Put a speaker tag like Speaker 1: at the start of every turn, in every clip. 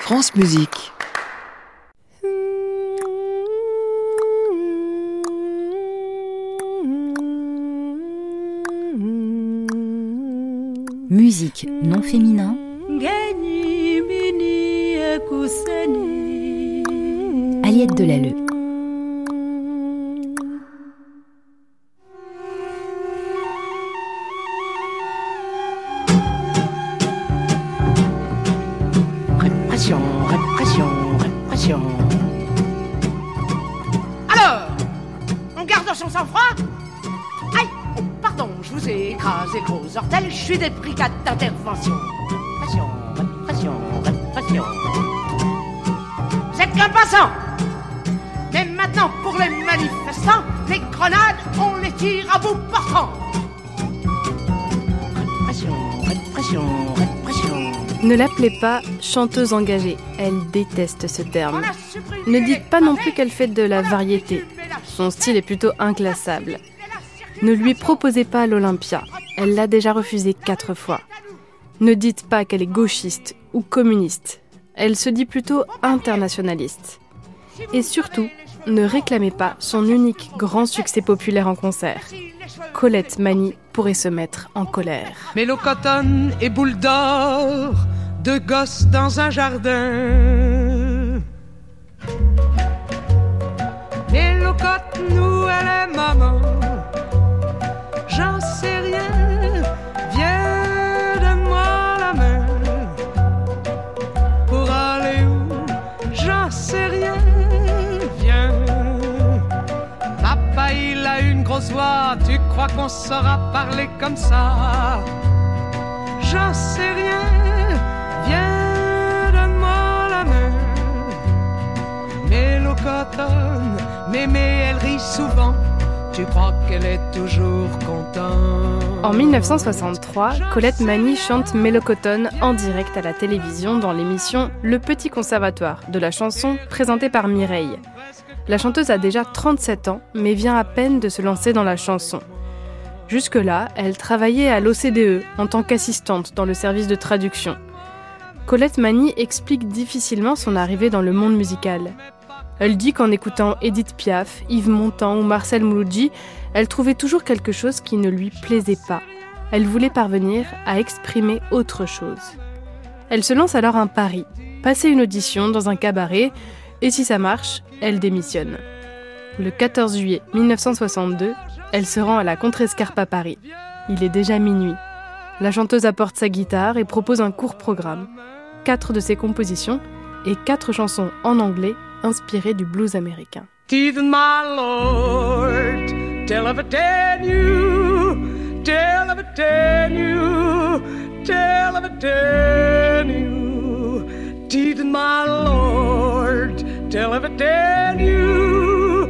Speaker 1: France Musique.
Speaker 2: Musique non féminin. Aliette Delalleux.
Speaker 3: Répression, répression, répression. Alors, on garde son sang-froid? Aïe, oh, pardon, je vous ai écrasé gros orteil, je suis des brigades d'intervention. Répression, répression, répression. Vous êtes qu'un passant. Mais maintenant, pour les manifestants, les grenades, on les tire à bout portant. Répression, répression, répression.
Speaker 4: Ne l'appelez pas chanteuse engagée, elle déteste ce terme. Ne dites pas non plus qu'elle fait de la variété. Son style est plutôt inclassable. Ne lui proposez pas l'Olympia, elle l'a déjà refusé 4 fois. Ne dites pas qu'elle est gauchiste ou communiste, elle se dit plutôt internationaliste. Et surtout, ne réclamez pas son unique grand succès populaire en concert. Colette Mani pourrait se mettre en colère.
Speaker 5: Mélocotone et boule d'or, deux gosses dans un jardin. Mélocote, nous, elle est maman. J'en sais rien, viens, donne-moi la main. Pour aller où, j'en sais rien, viens. Papa, il a une grosse voix, tu crois qu'on saura parler comme ça? J'en sais rien, viens, donne-moi la main. Mélocotone, mémé, elle rit souvent, tu crois qu'elle est toujours contente?
Speaker 4: En 1963, Colette Mani chante Mélocotone en direct à la télévision dans l'émission Le Petit Conservatoire de la chanson présentée par Mireille. La chanteuse a déjà 37 ans, mais vient à peine de se lancer dans la chanson. Jusque-là, elle travaillait à l'OCDE en tant qu'assistante dans le service de traduction. Colette Mani explique difficilement son arrivée dans le monde musical. Elle dit qu'en écoutant Édith Piaf, Yves Montand ou Marcel Mouloudji, elle trouvait toujours quelque chose qui ne lui plaisait pas. Elle voulait parvenir à exprimer autre chose. Elle se lance alors un pari, passer une audition dans un cabaret, et si ça marche, elle démissionne. Le 14 juillet 1962, elle se rend à la Contrescarpe à Paris. Il est déjà minuit. La chanteuse apporte sa guitare et propose un court programme. 4 de ses compositions et 4 chansons en anglais inspirées du blues américain.
Speaker 5: Even my Lord, tell of a ten you, tell of a ten you, tell of a ten you. Even my Lord, tell of a ten you,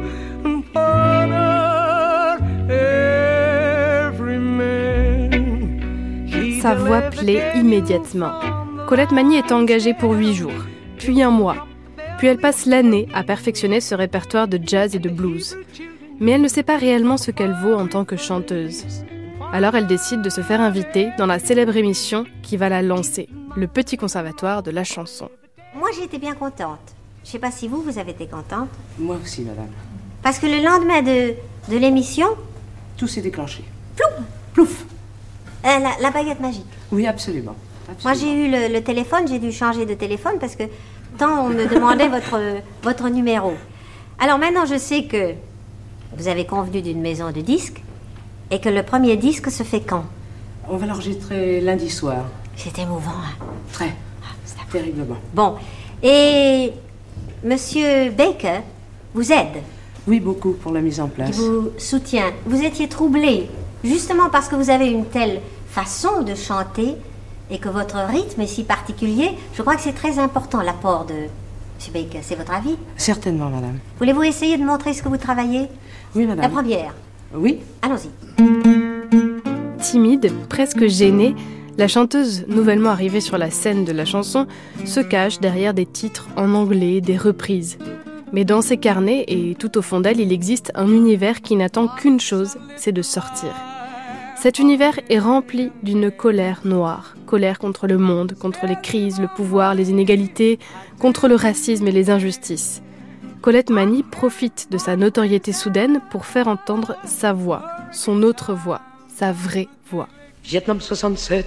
Speaker 5: honor every man.
Speaker 4: Sa voix plaît immédiatement. Colette Mani est engagée pour 8 jours, puis 1 mois. Puis elle passe l'année à perfectionner ce répertoire de jazz et de blues. Mais elle ne sait pas réellement ce qu'elle vaut en tant que chanteuse. Alors elle décide de se faire inviter dans la célèbre émission qui va la lancer, le Petit Conservatoire de la chanson.
Speaker 6: Moi j'ai été bien contente. Je ne sais pas si vous avez été contente.
Speaker 3: Moi aussi, madame.
Speaker 6: Parce que le lendemain de l'émission...
Speaker 3: Tout s'est déclenché.
Speaker 6: Plouf,
Speaker 3: Plouf.
Speaker 6: la baguette magique.
Speaker 3: Oui, absolument.
Speaker 6: Moi j'ai eu le téléphone, j'ai dû changer de téléphone parce que tant on me demandait votre numéro. Alors maintenant je sais que vous avez convenu d'une maison de disques et que le premier disque se fait quand?
Speaker 3: On va l'enregistrer lundi soir.
Speaker 6: C'est émouvant, hein?
Speaker 3: Très. Terriblement.
Speaker 6: Bon. Et Monsieur Baker vous aide?
Speaker 3: Oui, beaucoup pour la mise en place.
Speaker 6: Qui vous soutient. Vous étiez troublé, justement parce que vous avez une telle façon de chanter et que votre rythme est si particulier. Je crois que c'est très important, l'apport de Monsieur Baker. C'est votre avis?
Speaker 3: Certainement, madame.
Speaker 6: Voulez-vous essayer de montrer ce que vous travaillez?
Speaker 3: Oui, madame.
Speaker 6: La première.
Speaker 3: Oui.
Speaker 6: Allons-y.
Speaker 4: Timide, presque gênée, la chanteuse, nouvellement arrivée sur la scène de la chanson, se cache derrière des titres en anglais, des reprises. Mais dans ses carnets et tout au fond d'elle, il existe un univers qui n'attend qu'une chose, c'est de sortir. Cet univers est rempli d'une colère noire. Colère contre le monde, contre les crises, le pouvoir, les inégalités, contre le racisme et les injustices. Colette Mani profite de sa notoriété soudaine pour faire entendre sa voix, son autre voix, sa vraie voix.
Speaker 5: Vietnam 67.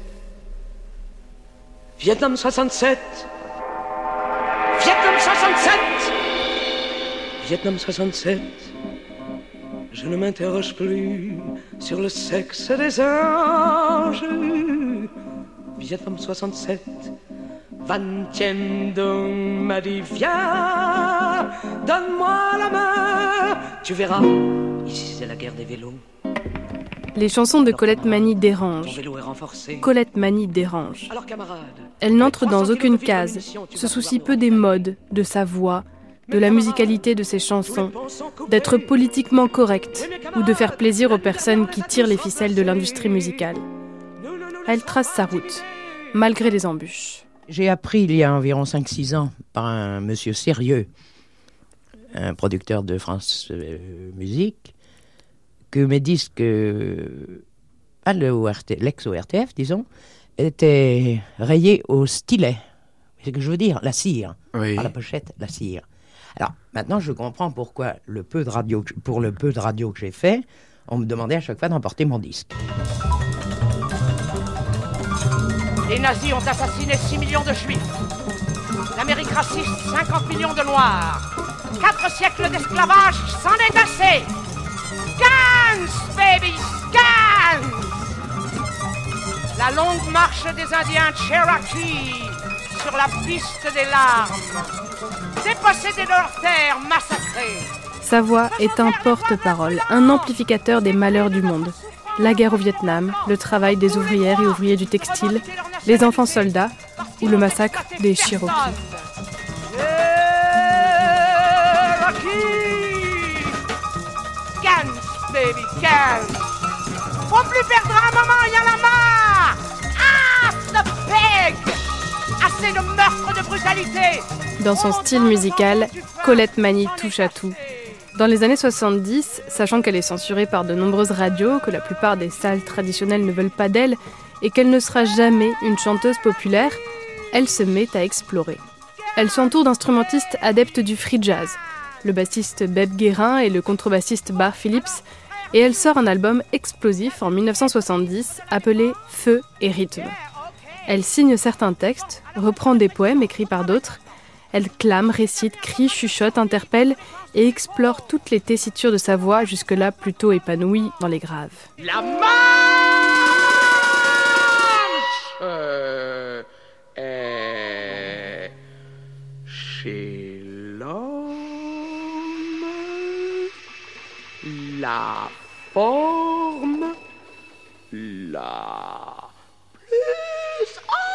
Speaker 5: Vietnam 67. Vietnam 67. Vietnam 67. Je ne m'interroge plus sur le sexe des anges. Vietnam 67. Van Tien Dong m'a dit viens, donne-moi la main. Tu verras, ici c'est la guerre des vélos.
Speaker 4: Les chansons de Colette Mani dérangent. Colette Mani dérange. Elle n'entre dans aucune case, se soucie peu des modes, de sa voix, de la musicalité de ses chansons, d'être politiquement correcte ou de faire plaisir aux personnes qui tirent les ficelles de l'industrie musicale. Elle trace sa route, malgré les embûches.
Speaker 1: J'ai appris il y a environ 5-6 ans par un monsieur sérieux, un producteur de France Musique, que mes disques, l'ex-ORTF, disons, étaient rayés au stylet. C'est ce que je veux dire, la cire. Oui. Par la pochette, la cire. Alors, maintenant, je comprends pourquoi, pour le peu de radio que j'ai fait, on me demandait à chaque fois d'emporter mon disque.
Speaker 3: Les nazis ont assassiné 6 millions de juifs. L'Amérique raciste, 50 millions de noirs. 4 siècles d'esclavage, c'en est assez. Guns, baby, guns. La longue marche des Indiens Cherokee sur la piste des larmes. Dépossédés de leurs terres, massacrés.
Speaker 4: Sa voix est un porte-parole, un amplificateur des malheurs du monde. La guerre au Vietnam, le travail des ouvrières et ouvriers du textile, les enfants soldats ou le massacre des Cherokees.
Speaker 3: Guns, baby, guns. Faut plus perdre un moment, y en a marre. Ah, the pig. Assez de meurtre, de brutalité.
Speaker 4: Dans son style musical, Colette Mani touche à tout. Dans les années 70, sachant qu'elle est censurée par de nombreuses radios, que la plupart des salles traditionnelles ne veulent pas d'elle et qu'elle ne sera jamais une chanteuse populaire, elle se met à explorer. Elle s'entoure d'instrumentistes adeptes du free jazz, le bassiste Beb Guérin et le contrebassiste Bar Phillips, et elle sort un album explosif en 1970 appelé Feu et rythme. Elle signe certains textes, reprend des poèmes écrits par d'autres. Elle clame, récite, crie, chuchote, interpelle et explore toutes les tessitures de sa voix, jusque-là plutôt épanouie dans les graves.
Speaker 3: La marche
Speaker 5: est chez l'homme la forme la plus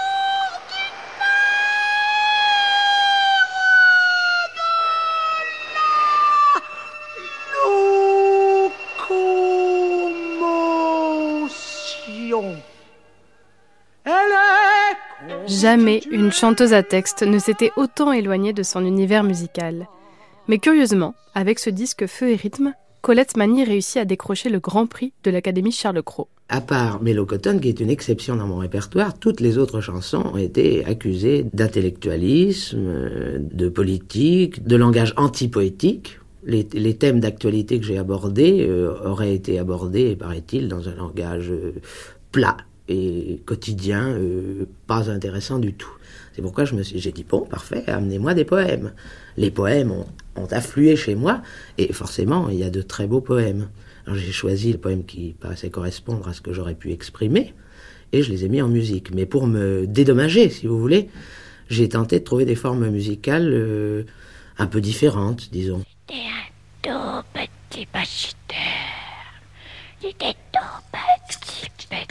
Speaker 4: Jamais une chanteuse à texte ne s'était autant éloignée de son univers musical. Mais curieusement, avec ce disque Feu et rythme, Colette Mani réussit à décrocher le Grand Prix de l'Académie Charles Cros.
Speaker 1: À part Mélocotone, qui est une exception dans mon répertoire, toutes les autres chansons ont été accusées d'intellectualisme, de politique, de langage anti-poétique. Les thèmes d'actualité que j'ai abordés auraient été abordés, paraît-il, dans un langage plat et quotidien, pas intéressant du tout. C'est pourquoi j'ai dit, bon, parfait, amenez-moi des poèmes. Les poèmes ont afflué chez moi, et forcément, il y a de très beaux poèmes. Alors j'ai choisi le poème qui paraissait correspondre à ce que j'aurais pu exprimer, et je les ai mis en musique. Mais pour me dédommager, si vous voulez, j'ai tenté de trouver des formes musicales un peu différentes, disons.
Speaker 7: C'était un tout petit bachiteur. Il était tout petit.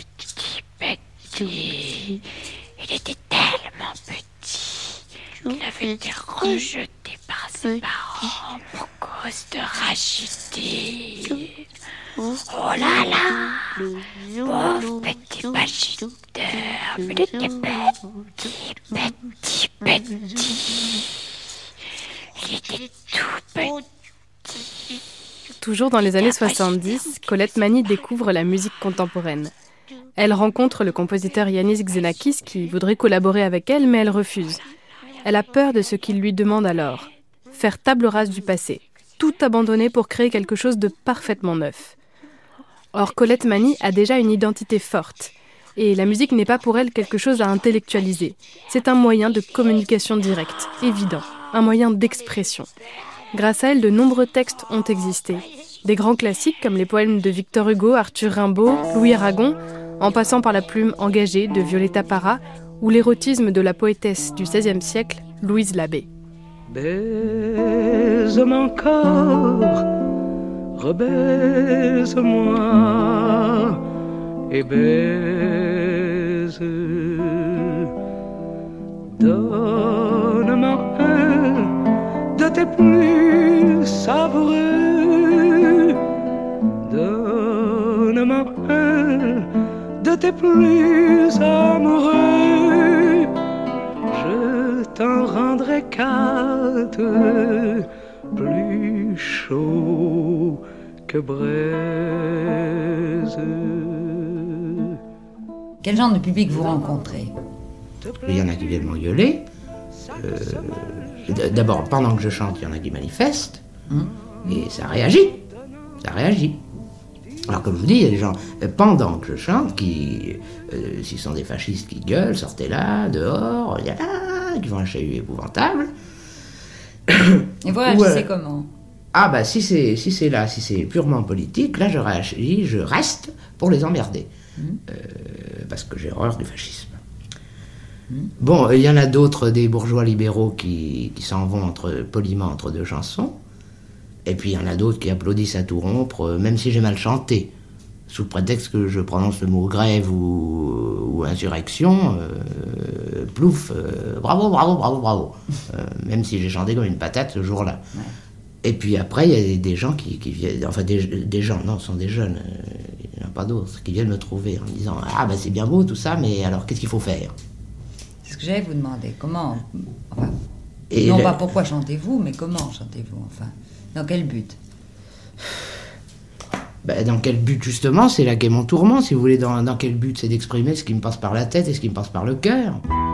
Speaker 7: Il était tellement petit qu'il avait été rejeté par ses parents pour cause de rachité. Oh là là, pauvre petit bachiteur, il était petit. Il était tout petit.
Speaker 4: Toujours dans les années 70, Colette Mani découvre la musique contemporaine. Elle rencontre le compositeur Yannis Xenakis qui voudrait collaborer avec elle, mais elle refuse. Elle a peur de ce qu'il lui demande alors. Faire table rase du passé, tout abandonner pour créer quelque chose de parfaitement neuf. Or, Colette Mani a déjà une identité forte. Et la musique n'est pas pour elle quelque chose à intellectualiser. C'est un moyen de communication directe, évident, un moyen d'expression. Grâce à elle, de nombreux textes ont existé. Des grands classiques comme les poèmes de Victor Hugo, Arthur Rimbaud, Louis Aragon, en passant par la plume engagée de Violeta Parra ou l'érotisme de la poétesse du XVIe siècle, Louise Labbé.
Speaker 5: Baise-moi encore, rebaise-moi et baise. Donne-moi un de tes plus savoureux. Donne-moi un de tes plus amoureux. Je t'en rendrai 4 plus chauds que braise.
Speaker 8: Quel genre de public vous rencontrez?
Speaker 1: Il y en a qui viennent m'engueuler. D'abord, pendant que je chante, il y en a qui manifestent. Et ça réagit. Ça réagit. Alors, comme je vous dis, il y a des gens, pendant que je chante, qui, s'ils sont des fascistes qui gueulent, sortez là, dehors, il y a là, qui font un chahut épouvantable.
Speaker 8: Et vous réagissez comment?
Speaker 1: Ah, bah, si c'est là, si c'est purement politique, là, je réagis, je reste pour les emmerder. Parce que j'ai horreur du fascisme. Bon, il y en a d'autres, des bourgeois libéraux qui s'en vont poliment entre deux chansons. Et puis il y en a d'autres qui applaudissent à tout rompre, même si j'ai mal chanté, sous prétexte que je prononce le mot grève ou insurrection, plouf, bravo, bravo, bravo, bravo. Même si j'ai chanté comme une patate ce jour-là. Ouais. Et puis après, il y a des gens qui viennent, enfin des gens, non, ce sont des jeunes, il n'y en a pas d'autres, qui viennent me trouver en me disant « Ah, ben c'est bien beau tout ça, mais alors qu'est-ce qu'il faut faire ?»
Speaker 8: C'est ce que j'allais vous demander, comment, enfin, et non pas pourquoi chantez-vous, mais comment chantez-vous, enfin, dans quel but?
Speaker 1: Ben, dans quel but, justement, c'est là qu'est mon tourment, si vous voulez, dans quel but, c'est d'exprimer ce qui me passe par la tête et ce qui me passe par le cœur.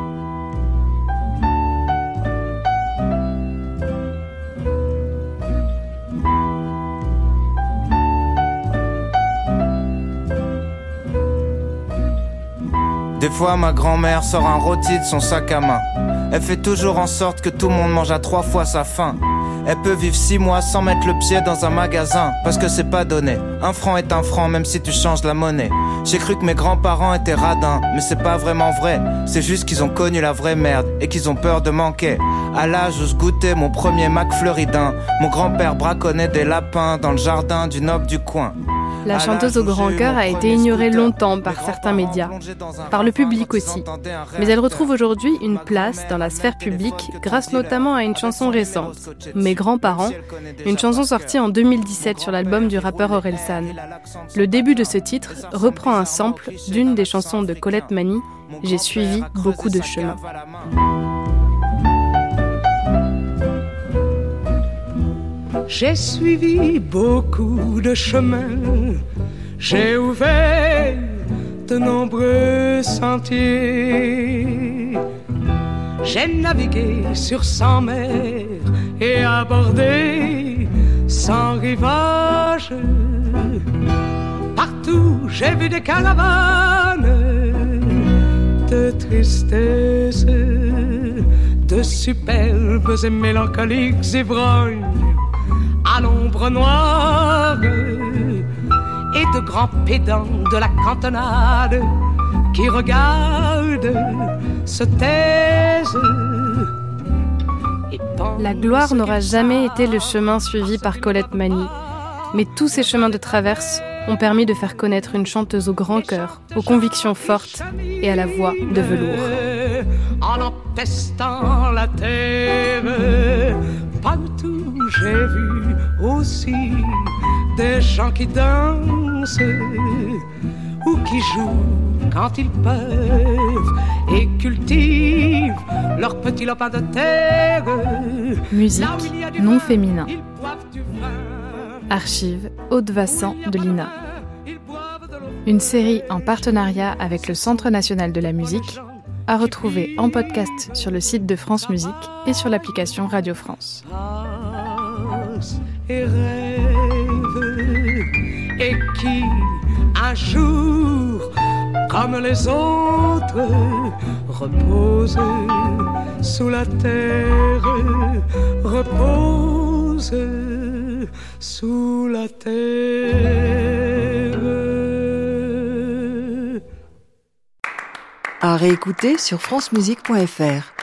Speaker 9: Des fois ma grand-mère sort un rôti de son sac à main. Elle fait toujours en sorte que tout le monde mange à 3 fois sa faim. Elle peut vivre 6 mois sans mettre le pied dans un magasin, parce que c'est pas donné. 1 franc est 1 franc même si tu changes la monnaie. J'ai cru que mes grands-parents étaient radins, mais c'est pas vraiment vrai. C'est juste qu'ils ont connu la vraie merde et qu'ils ont peur de manquer. À l'âge où je goûtais mon premier Mac Fleuridin, mon grand-père braconnait des lapins dans le jardin du noble du coin.
Speaker 4: La chanteuse au grand cœur a été ignorée longtemps par certains médias, par le public aussi. Mais elle retrouve aujourd'hui une place dans la sphère publique grâce notamment à une chanson récente, Mes grands-parents, une chanson sortie en 2017 sur l'album du rappeur Orelsan. Le début de ce titre reprend un sample d'une des chansons de Colette Mani, J'ai suivi beaucoup de chemins.
Speaker 5: J'ai suivi beaucoup de chemins, j'ai ouvert de nombreux sentiers. J'ai navigué sur 100 mers et abordé 100 rivages. Partout j'ai vu des caravanes de tristesse, de superbes et mélancoliques ivrognes à l'ombre noire, et de grands pédants de la cantonade qui regardent, se taisent.
Speaker 4: La gloire n'aura jamais été le chemin suivi par Colette Mani, mais tous ces chemins de traverse ont permis de faire connaître une chanteuse au grand cœur, aux convictions fortes et à la voix de velours.
Speaker 5: En empestant la terre, partout j'ai vu aussi des gens qui dansent ou qui jouent quand ils peuvent et cultivent leur petit lopin de terre.
Speaker 2: Musique non féminin.
Speaker 4: Archives Aude-Vassan de l'INA. Une série en partenariat avec le Centre national de la musique, à retrouver en podcast sur le site de France Musique et sur l'application Radio France.
Speaker 5: Et rêve, et qui un jour, comme les autres, repose sous la terre, repose sous la terre.
Speaker 10: À réécouter sur francemusique.fr.